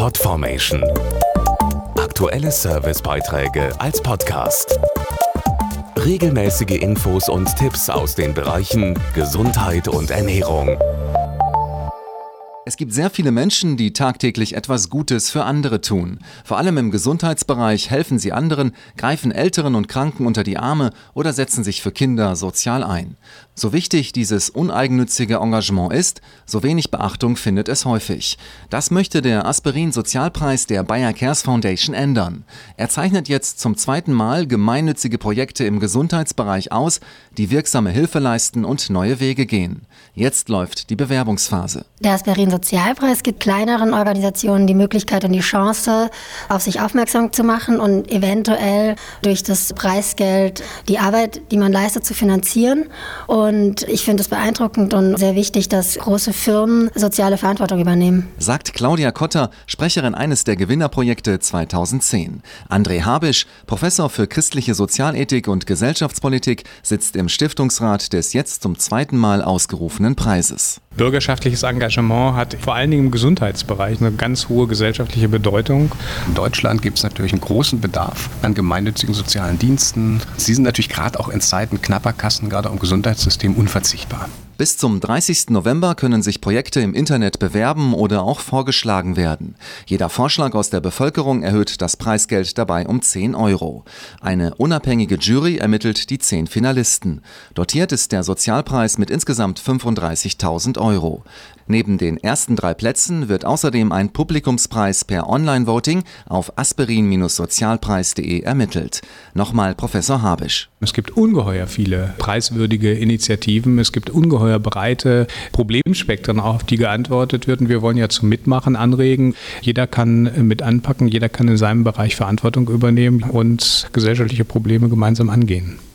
Podformation. Aktuelle Servicebeiträge als Podcast. Regelmäßige Infos und Tipps aus den Bereichen Gesundheit und Ernährung. Es gibt sehr viele Menschen, die tagtäglich etwas Gutes für andere tun. Vor allem im Gesundheitsbereich helfen sie anderen, greifen Älteren und Kranken unter die Arme oder setzen sich für Kinder sozial ein. So wichtig dieses uneigennützige Engagement ist, so wenig Beachtung findet es häufig. Das möchte der Aspirin-Sozialpreis der Bayer Cares Foundation ändern. Er zeichnet jetzt zum zweiten Mal gemeinnützige Projekte im Gesundheitsbereich aus, die wirksame Hilfe leisten und neue Wege gehen. Jetzt läuft die Bewerbungsphase. Der Aspirin-Sozialpreis gibt kleineren Organisationen die Möglichkeit und die Chance, auf sich aufmerksam zu machen und eventuell durch das Preisgeld die Arbeit, die man leistet, zu finanzieren. Und ich finde es beeindruckend und sehr wichtig, dass große Firmen soziale Verantwortung übernehmen. Sagt Claudia Kotter, Sprecherin eines der Gewinnerprojekte 2010. André Habisch, Professor für christliche Sozialethik und Gesellschaftspolitik, sitzt im Stiftungsrat des jetzt zum zweiten Mal ausgerufenen Preises. Bürgerschaftliches Engagement hat vor allen Dingen im Gesundheitsbereich eine ganz hohe gesellschaftliche Bedeutung. In Deutschland gibt es natürlich einen großen Bedarf an gemeinnützigen sozialen Diensten. Sie sind natürlich gerade auch in Zeiten knapper Kassen, gerade im Gesundheitssystem, unverzichtbar. Bis zum 30. November können sich Projekte im Internet bewerben oder auch vorgeschlagen werden. Jeder Vorschlag aus der Bevölkerung erhöht das Preisgeld dabei um 10 Euro. Eine unabhängige Jury ermittelt die 10 Finalisten. Dotiert ist der Sozialpreis mit insgesamt 35.000 Euro. Neben den ersten 3 Plätzen wird außerdem ein Publikumspreis per Online-Voting auf aspirin-sozialpreis.de ermittelt. Nochmal Professor Habisch. Es gibt ungeheuer viele preiswürdige Initiativen, es gibt ungeheuer breite Problemspektren, auf die geantwortet wird. Und wir wollen ja zum Mitmachen anregen. Jeder kann mit anpacken, jeder kann in seinem Bereich Verantwortung übernehmen und gesellschaftliche Probleme gemeinsam angehen.